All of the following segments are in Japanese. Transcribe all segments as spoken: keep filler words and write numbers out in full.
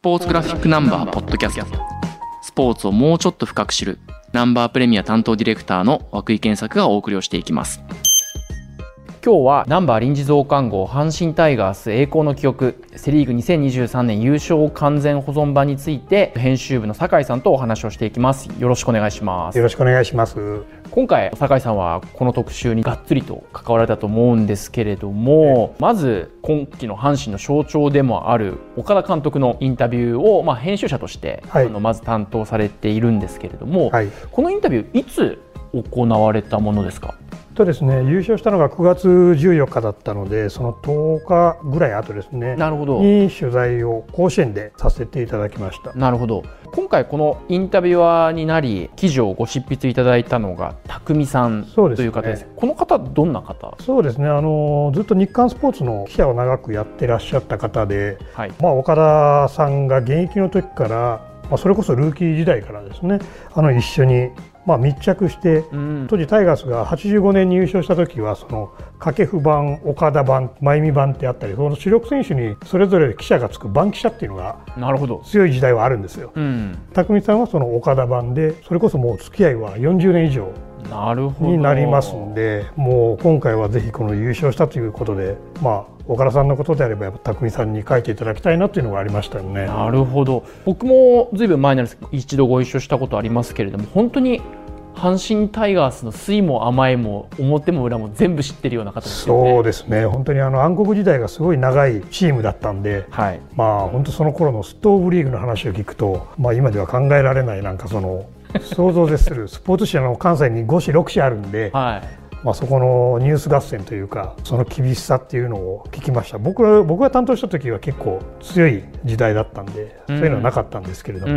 ポーツグラフィックナンバーポッドキャスト。スポーツをもうちょっと深く知るナンバープレミア担当ディレクターの涌井健作がお送りをしていきます。今日はナンバー臨時増刊号阪神タイガース栄光の記憶セリーグにせんにじゅうさんねん優勝完全保存版について編集部の酒井さんとお話をしていきます。よろしくお願いします。 よろしくお願いします。 今回酒井さんはこの特集にがっつりと関わられたと思うんですけれども、まず今季の阪神の象徴でもある岡田監督のインタビューを、まあ、編集者として、はい、あのまず担当されているんですけれども、はい、このインタビューいつ行われたものですか？ とですね、優勝したのがくがつじゅうよっかだったので、そのとおかぐらい後ですね。 なるほど。 に取材を甲子園でさせていただきました。 なるほど。今回このインタビュアーになり記事をご執筆いただいたのが匠さんという方です。この方どんな方？ そうですね、あのずっと日刊スポーツの記者を長くやってらっしゃった方で、はい、まあ、岡田さんが現役の時から、まあ、それこそルーキー時代からですね、あの一緒にまあ密着して、うん、当時タイガースがはちじゅうごねんに優勝した時はその掛布版、岡田版、真由美版ってあったり、その主力選手にそれぞれ記者がつく番記者っていうのが強い時代はあるんですよ。うん、匠さんはその岡田版で、それこそもう付き合いはよんじゅうねん以上になりますんで、もう今回はぜひこの優勝したということで、まあ岡田さんのことであればやっぱ匠さんに書いていただきたいなというのがありましたよね。 なるほど。僕もずいぶん前になるんですけど一度ご一緒したことありますけれども、本当に阪神タイガースの酸いも甘いも表も裏も全部知ってるような方ですよね。 そうですね、本当にあの暗黒時代がすごい長いチームだったんで、はい、まあ本当その頃のストーブリーグの話を聞くと、まあ、今では考えられないなんかその想像絶するスポーツ紙の関西にごしろくしあるんで、はい、まあ、そこのニュース合戦というかその厳しさっていうのを聞きました。僕は僕が担当した時は結構強い時代だったんで、そういうのはなかったんですけれども、うん、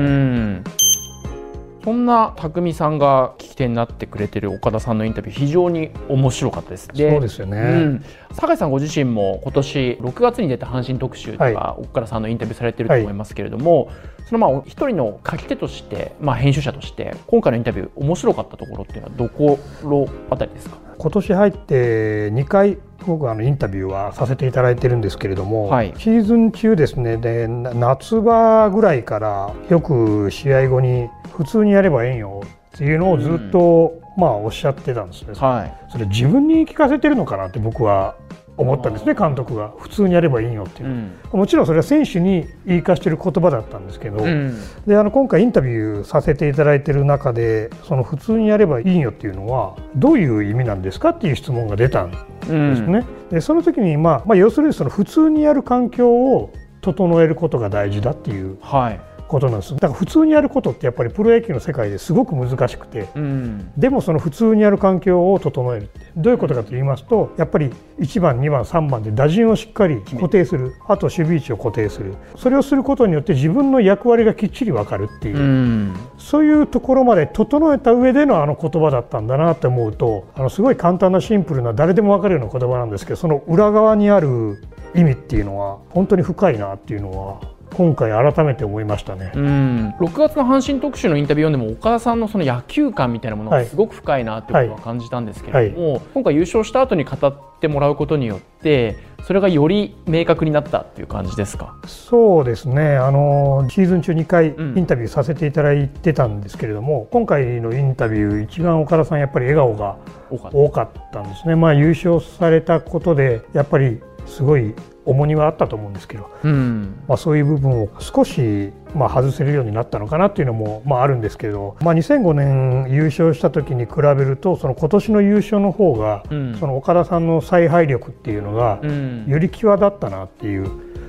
そんな匠さんが聞き手になってくれてる岡田さんのインタビュー非常に面白かったです。 で、そうですよね、うん、 酒井さんご自身も今年ろくがつに出た阪神特集では、はい、岡田さんのインタビューされてると思いますけれども、はい、そのまあ一人の書き手として、まあ、編集者として今回のインタビュー面白かったところっていうのはどころあたりですか？ 今年入ってにかい僕はあのインタビューはさせていただいてるんですけれども、はい、シーズン中ですね、で夏場ぐらいからよく試合後に普通にやればええんよっていうのをずっと、うん、まあおっしゃってたんですね。はい、それ自分に聞かせてるのかなって僕は思ったんですね。監督が普通にやればいいよっていう、うん、もちろんそれは選手に言い聞かせてる言葉だったんですけど、うん、であの今回インタビューさせていただいている中でその普通にやればいいよっていうのはどういう意味なんですかっていう質問が出たんですね。うん、でその時に、まあ、まあ要するにその普通にやる環境を整えることが大事だっていう、はい、ことなんです。だから普通にやることってやっぱりプロ野球の世界ですごく難しくて、うん、でもその普通にやる環境を整えるってどういうことかと言いますと、やっぱりいちばんにばんさんばんで打順をしっかり固定する、あと守備位置を固定する、それをすることによって自分の役割がきっちり分かるっていう、うん、そういうところまで整えた上でのあの言葉だったんだなって思うと、あのすごい簡単なシンプルな誰でも分かるような言葉なんですけど、その裏側にある意味っていうのは本当に深いなっていうのは今回改めて思いましたね。 うん、ろくがつの阪神特集のインタビュー読んでも岡田さんのその野球観みたいなものがすごく深いなということは感じたんですけれども、はいはい、今回優勝した後に語ってもらうことによってそれがより明確になったっていう感じですか？ そうですね、あのシーズン中にかいインタビューさせていただいてたんですけれども、うん、今回のインタビュー一番岡田さんやっぱり笑顔が多かったんですね。まあ、優勝されたことでやっぱりすごい重荷はあったと思うんですけど、うん、まあ、そういう部分を少しまあ外せるようになったのかなっていうのもまああるんですけど、まあ、にせんごねん優勝した時に比べるとその今年の優勝の方が、うん、その岡田さんの采配力っていうのがより際立ったなっていう、うん、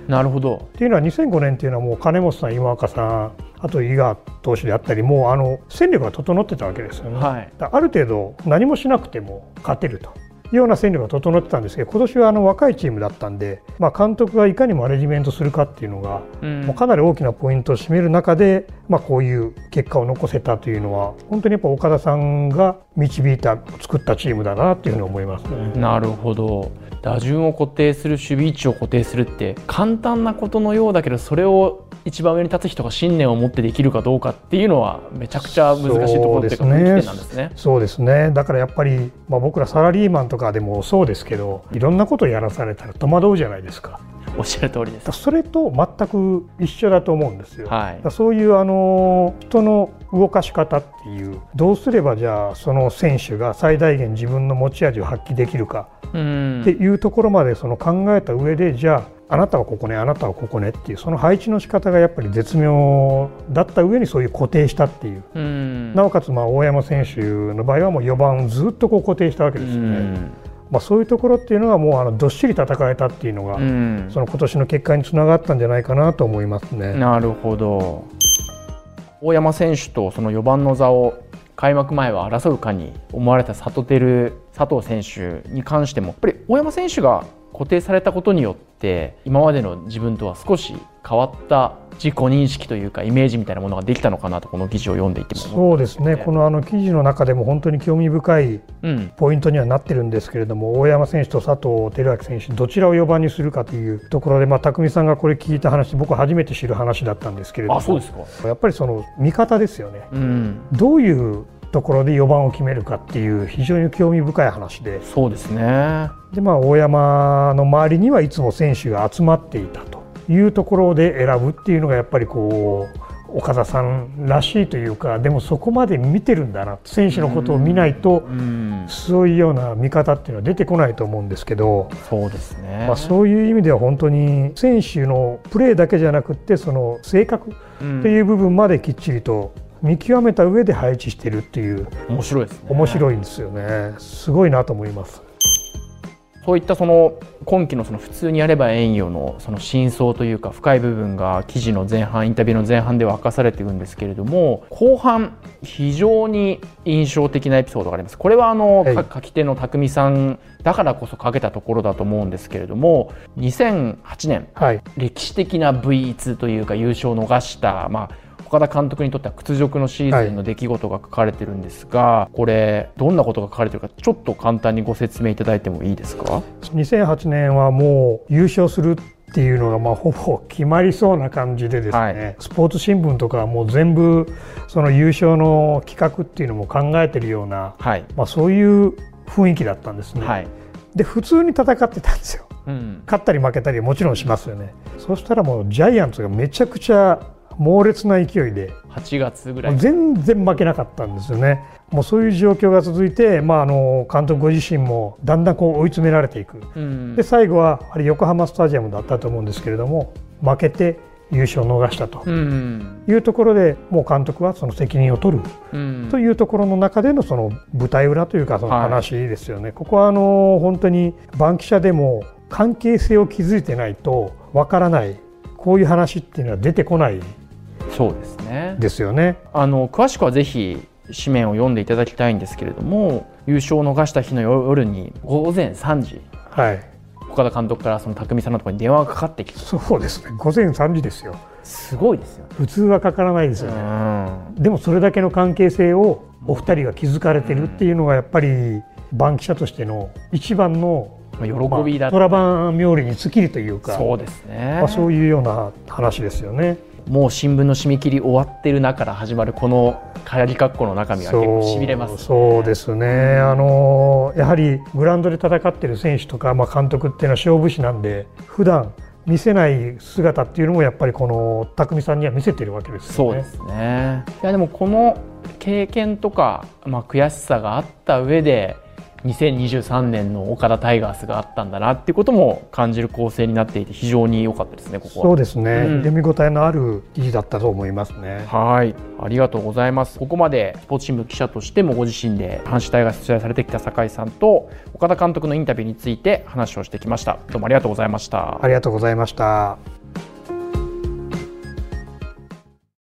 なるほど。 っていうのはにせんごねんっていうのはもう金本さん、今岡さん、あと井川投手であったり、もうあの戦力が整ってたわけですよね。はい、ある程度何もしなくても勝てるとような戦力が整ってたんですけど、今年はあの若いチームだったんで、まあ、監督がいかにマネジメントするかっていうのが、うん、もうかなり大きなポイントを占める中で、まあ、こういう結果を残せたというのは本当にやっぱ岡田さんが導いた作ったチームだなっていうふうに思いますね。 なるほど。打順を固定する、守備位置を固定するって簡単なことのようだけど、それを一番上に立つ人が信念を持ってできるかどうかっていうのはめちゃくちゃ難しいところというか分岐点なんですね。 そうですね。だからやっぱり、まあ、僕らサラリーマンとかでもそうですけど、いろんなことをやらされたら戸惑うじゃないですか。 おっしゃる通りです。 それと全く一緒だと思うんですよ。 はい、 そういうあの人の動かし方っていう、どうすればじゃあその選手が最大限自分の持ち味を発揮できるかっていうところまでその考えた上で、じゃああなたはここね、あなたはここねっていう、その配置の仕方がやっぱり絶妙だった上にそういう固定したっていう、うん、なおかつまあ大山選手の場合はもうよばんをずっとこう固定したわけですよね。うん、まあ、そういうところっていうのはもうあのどっしり戦えたっていうのが、うん、その今年の結果につながったんじゃないかなと思いますね。 なるほど。大山選手とそのよばんの座を開幕前は争うかに思われた里輝佐藤選手に関しても、やっぱり大山選手が固定されたことによって今までの自分とは少し変わった自己認識というかイメージみたいなものができたのかなと、この記事を読んでいても、 そうですね、このあの記事の中でも本当に興味深いポイントにはなってるんですけれども、うん、大山選手と佐藤輝明選手どちらをよばんにするかというところで、まあ、匠さんがこれ聞いた話、僕は初めて知る話だったんですけれども、 あ、そうですか。 やっぱりその見方ですよね、うん、どういうところでよばんを決めるかっていう非常に興味深い話で、 そうですね。 で、まあ、大山の周りにはいつも選手が集まっていたというところで選ぶっていうのがやっぱりこう岡田さんらしいというか、でもそこまで見てるんだな、選手のことを見ないとそういうような見方っていうのは出てこないと思うんですけど、 そうですね、 まあ、そういう意味では本当に選手のプレーだけじゃなくってその性格っていう部分まできっちりと見極めた上で配置してるっていう、 面白いですね。 面白いんですよね。すごいなと思います。 そういったその今期のその普通にやればええんよのその真相というか深い部分が記事の前半、インタビューの前半では明かされているんですけれども、後半非常に印象的なエピソードがあります。これはあの、はい、書き手の匠さんだからこそ書けたところだと思うんですけれども、にせんはちねん、はい、歴史的な ブイツー というか優勝を逃した、まあ岡田監督にとっては屈辱のシーズンの出来事が書かれてるんですが、はい、これどんなことが書かれてるかちょっと簡単にご説明いただいてもいいですか。 にせんはちねんはもう優勝するっていうのがまあほぼ決まりそうな感じでですね、はい、スポーツ新聞とかはもう全部その優勝の企画っていうのも考えてるような、はい、まあ、そういう雰囲気だったんですね。はい、で普通に戦ってたんですよ。うん、勝ったり負けたりはもちろんしますよね。そうしたらもうジャイアンツがめちゃくちゃ猛烈な勢いではちがつぐらい全然負けなかったんですよね。もうそういう状況が続いて、まあ、あの監督ご自身もだんだんこう追い詰められていく、うん、で最後はあれ横浜スタジアムだったと思うんですけれども、負けて優勝を逃したというところで、もう監督はその責任を取るというところの中でのその舞台裏というかその話ですよね。はい、ここはあの本当に番記者でも関係性を築いてないとわからない、こういう話っていうのは出てこない。 そうですね。 ですよね。 あの詳しくはぜひ紙面を読んでいただきたいんですけれども、優勝を逃した日の夜にごぜんさんじ、はい、岡田監督からその匠さんのところに電話がかかってきて、 そうですね、ごぜんさんじですよ。 すごいですよね。 普通はかからないですよね。うん、でもそれだけの関係性をお二人が築かれてるっていうのがやっぱり番記者としての一番の喜びだ、まあ、 虎番冥利に尽きるというか、 そうですね、 まあ、そういうような話ですよね。 もう新聞の締め切り終わってる中から始まるこの仮括弧の中身は結構しびれますね。 そうですね、あのやはりグラウンドで戦っている選手とか、まあ、監督っていうのは勝負師なんで、普段見せない姿っていうのもやっぱりこの匠さんには見せてるわけですよね。 そうですね。いやでもこの経験とか、まあ、悔しさがあった上でにせんにじゅうさんねんの岡田タイガースがあったんだなっていうことも感じる構成になっていて、非常に良かったですね。ここはそうですね、うん、読み応えのある記事だったと思いますね。 はい、ありがとうございます。ここまでスポーツ新聞記者としてもご自身で阪神タイガース取材されてきた酒井さんと岡田監督のインタビューについて話をしてきました。どうもありがとうございました。 ありがとうございました。